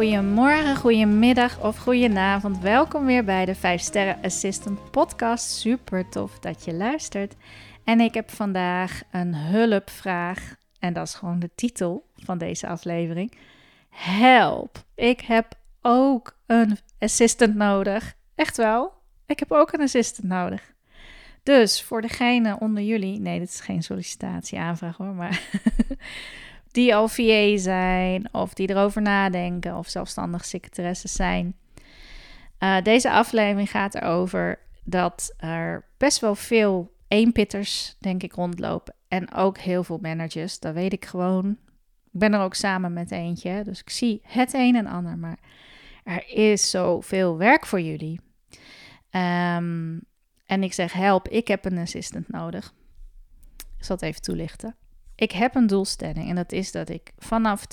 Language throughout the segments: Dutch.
Goedemorgen, goedemiddag of goedenavond. Welkom weer bij de 5 Sterren Assistant podcast. Super tof dat je luistert. En ik heb vandaag een hulpvraag. En dat is gewoon de titel van deze aflevering. Help, ik heb ook een assistant nodig. Echt wel, ik heb ook een assistant nodig. Dus voor degene onder jullie, nee, dit is geen sollicitatieaanvraag hoor, maar die al VA zijn of die erover nadenken of zelfstandig secretaresses zijn. Deze aflevering gaat erover dat er best wel veel eenpitters, denk ik, rondlopen. En ook heel veel managers, dat weet ik gewoon. Ik ben er ook samen met eentje, dus ik zie het een en ander. Maar er is zoveel werk voor jullie. En ik zeg, help, ik heb een assistant nodig. Ik zal het even toelichten. Ik heb een doelstelling en dat is dat ik vanaf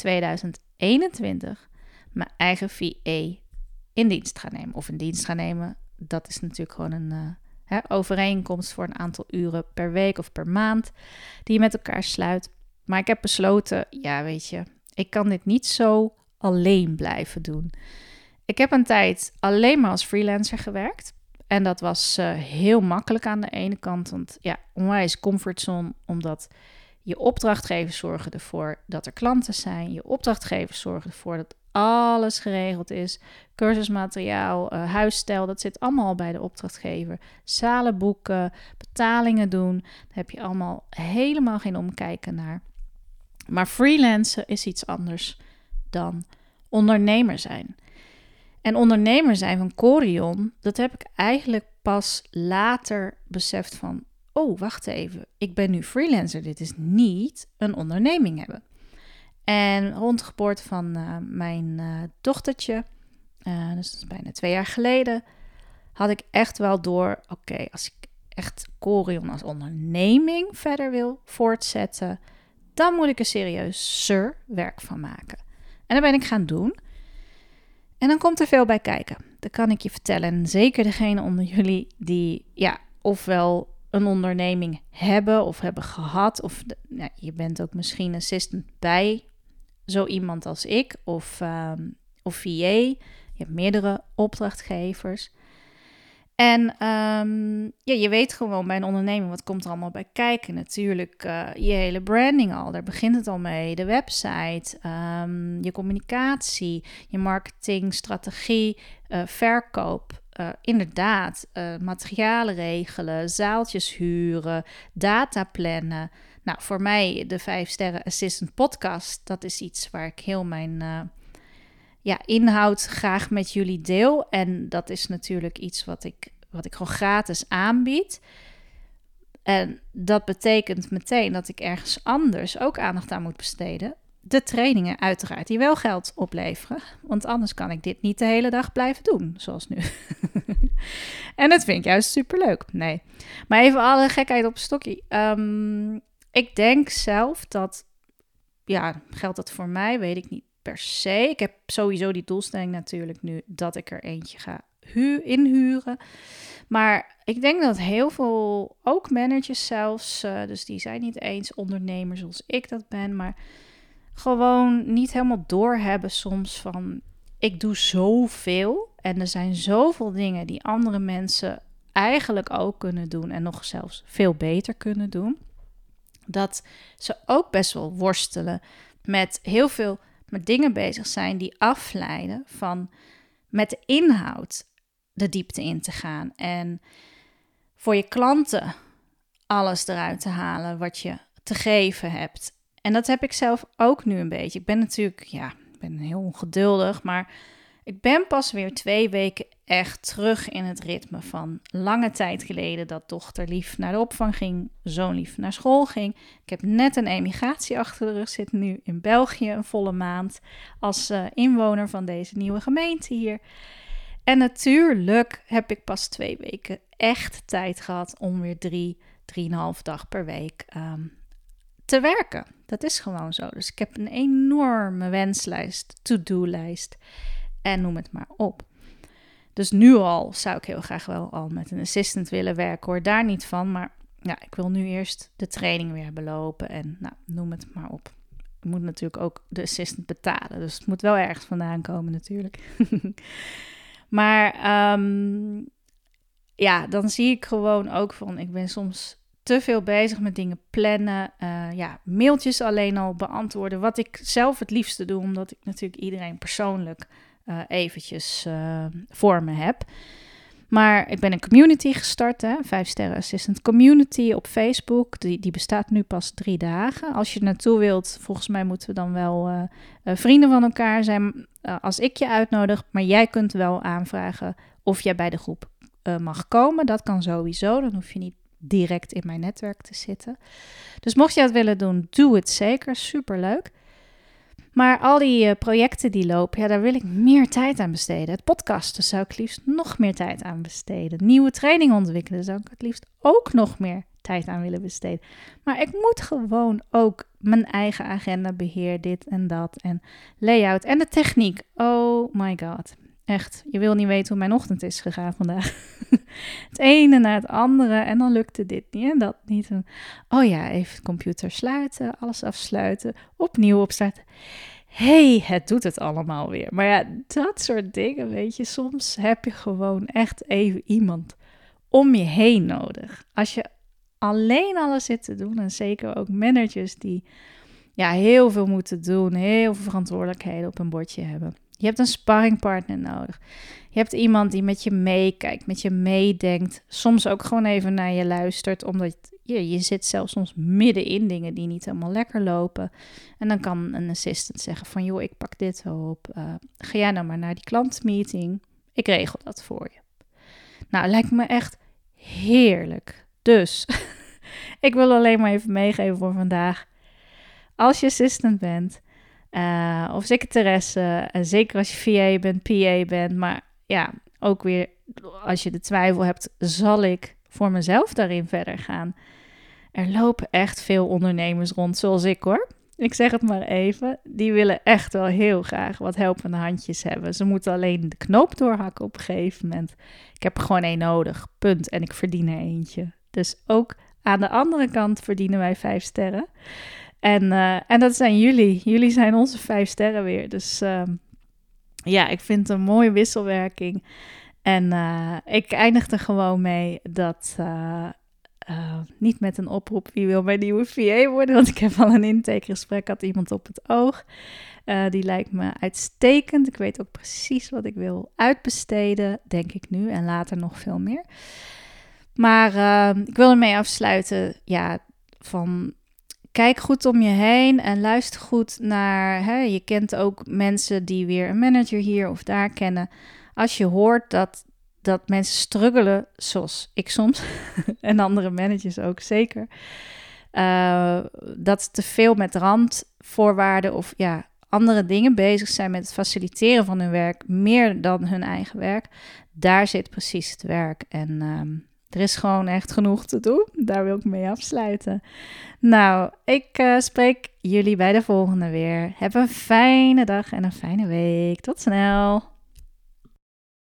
2021 mijn eigen VA in dienst ga nemen. Of in dienst ga nemen, dat is natuurlijk gewoon een overeenkomst voor een aantal uren per week of per maand die je met elkaar sluit. Maar ik heb besloten, ja weet je, ik kan dit niet zo alleen blijven doen. Ik heb een tijd alleen maar als freelancer gewerkt. En dat was heel makkelijk aan de ene kant, want ja, onwijs comfortzone, omdat je opdrachtgevers zorgen ervoor dat er klanten zijn. Je opdrachtgevers zorgen ervoor dat alles geregeld is. Cursusmateriaal, huisstijl, dat zit allemaal bij de opdrachtgever. Zalen boeken, betalingen doen. Daar heb je allemaal helemaal geen omkijken naar. Maar freelancen is iets anders dan ondernemer zijn. En ondernemer zijn van Corion, dat heb ik eigenlijk pas later beseft van, oh, wacht even, ik ben nu freelancer, dit is niet een onderneming hebben. En rond de geboorte van mijn dochtertje, dus dat is bijna 2 jaar geleden, had ik echt wel door, oké, als ik echt Corion als onderneming verder wil voortzetten, dan moet ik er serieuzer werk van maken. En dat ben ik gaan doen. En dan komt er veel bij kijken. Dat kan ik je vertellen. En zeker degene onder jullie die ofwel een onderneming hebben of hebben gehad. Of je bent ook misschien assistant bij zo iemand als ik of VA. Je hebt meerdere opdrachtgevers. En je weet gewoon bij een onderneming, wat komt er allemaal bij kijken? Natuurlijk je hele branding al, daar begint het al mee. De website, je communicatie, je marketing, strategie, verkoop. Inderdaad, materialen regelen, zaaltjes huren, data plannen. Nou, voor mij de 5 Sterren Assistant podcast, dat is iets waar ik heel mijn inhoud graag met jullie deel. En dat is natuurlijk iets wat ik gewoon gratis aanbied. En dat betekent meteen dat ik ergens anders ook aandacht aan moet besteden. De trainingen uiteraard, die wel geld opleveren. Want anders kan ik dit niet de hele dag blijven doen, zoals nu. En dat vind ik juist superleuk. Nee, maar even alle gekheid op een stokje. Ik denk zelf dat, geldt dat voor mij, weet ik niet per se. Ik heb sowieso die doelstelling natuurlijk nu dat ik er eentje ga inhuren. Maar ik denk dat heel veel, ook managers zelfs, dus die zijn niet eens ondernemers zoals ik dat ben, maar gewoon niet helemaal doorhebben soms van, ik doe zoveel en er zijn zoveel dingen die andere mensen eigenlijk ook kunnen doen en nog zelfs veel beter kunnen doen, dat ze ook best wel worstelen met heel veel met dingen bezig zijn die afleiden van met de inhoud de diepte in te gaan. En voor je klanten alles eruit te halen wat je te geven hebt. En dat heb ik zelf ook nu een beetje. Ik ben natuurlijk, ik ben heel ongeduldig, maar ik ben pas weer 2 weken echt terug in het ritme van lange tijd geleden dat dochter lief naar de opvang ging, zoon lief naar school ging. Ik heb net een emigratie achter de rug, zit nu in België een volle maand als inwoner van deze nieuwe gemeente hier. En natuurlijk heb ik pas 2 weken echt tijd gehad om weer 3,5 dag per week te werken. Dat is gewoon zo. Dus ik heb een enorme wenslijst, to-do-lijst en noem het maar op. Dus nu al zou ik heel graag wel al met een assistant willen werken, hoor daar niet van. Maar ik wil nu eerst de training weer belopen en noem het maar op. je moet natuurlijk ook de assistant betalen. Dus het moet wel ergens vandaan komen natuurlijk. Maar dan zie ik gewoon ook van, ik ben soms te veel bezig met dingen plannen. Mailtjes alleen al beantwoorden. Wat ik zelf het liefste doe, omdat ik natuurlijk iedereen persoonlijk eventjes voor me heb. Maar ik ben een community gestart, 5 Sterren Assistant Community op Facebook. Die bestaat nu pas 3 dagen. Als je er naartoe wilt, volgens mij moeten we dan wel vrienden van elkaar zijn als ik je uitnodig. Maar jij kunt wel aanvragen of jij bij de groep mag komen. Dat kan sowieso, dan hoef je niet direct in mijn netwerk te zitten. Dus mocht je dat willen doen, doe het zeker. Superleuk. Maar al die projecten die lopen, daar wil ik meer tijd aan besteden. Het podcasten zou ik liefst nog meer tijd aan besteden. Nieuwe training ontwikkelen zou ik het liefst ook nog meer tijd aan willen besteden. Maar ik moet gewoon ook mijn eigen agenda beheer, dit en dat en layout en de techniek. Oh my god. Echt, je wil niet weten hoe mijn ochtend is gegaan vandaag. Het ene naar het andere en dan lukte dit niet en dat niet. En, even de computer sluiten, alles afsluiten, opnieuw opstarten. Het doet het allemaal weer. Maar ja, dat soort dingen, weet je, soms heb je gewoon echt even iemand om je heen nodig. Als je alleen alles zit te doen, en zeker ook managers die heel veel moeten doen, heel veel verantwoordelijkheden op een bordje hebben. Je hebt een sparringpartner nodig. Je hebt iemand die met je meekijkt, met je meedenkt. Soms ook gewoon even naar je luistert, omdat je zit zelfs soms midden in dingen die niet helemaal lekker lopen. En dan kan een assistant zeggen van, joh, ik pak dit wel op. Ga jij nou maar naar die klantmeeting. Ik regel dat voor je. Nou, lijkt me echt heerlijk. Dus, ik wil alleen maar even meegeven voor vandaag. Als je assistant bent, of secretaresse, zeker als je VA bent, PA bent, maar ook weer als je de twijfel hebt, zal ik voor mezelf daarin verder gaan? Er lopen echt veel ondernemers rond, zoals ik hoor. Ik zeg het maar even. Die willen echt wel heel graag wat helpende handjes hebben. Ze moeten alleen de knoop doorhakken op een gegeven moment. Ik heb er gewoon 1 nodig, punt. En ik verdien er eentje. Dus ook aan de andere kant verdienen wij 5 sterren. En dat zijn jullie. Jullie zijn onze 5 sterren weer. Dus ik vind het een mooie wisselwerking. En ik eindig er gewoon mee dat niet met een oproep wie wil mijn nieuwe VA worden. Want ik heb al een intakegesprek, had iemand op het oog. Die lijkt me uitstekend. Ik weet ook precies wat ik wil uitbesteden, denk ik nu. En later nog veel meer. Maar ik wil ermee afsluiten. Kijk goed om je heen en luister goed naar, je kent ook mensen die weer een manager hier of daar kennen. Als je hoort dat mensen struggelen, zoals ik soms, en andere managers ook zeker, dat ze te veel met randvoorwaarden of andere dingen bezig zijn met het faciliteren van hun werk, meer dan hun eigen werk, daar zit precies het werk. En er is gewoon echt genoeg te doen. Daar wil ik mee afsluiten. Nou, ik spreek jullie bij de volgende weer. Heb een fijne dag en een fijne week. Tot snel.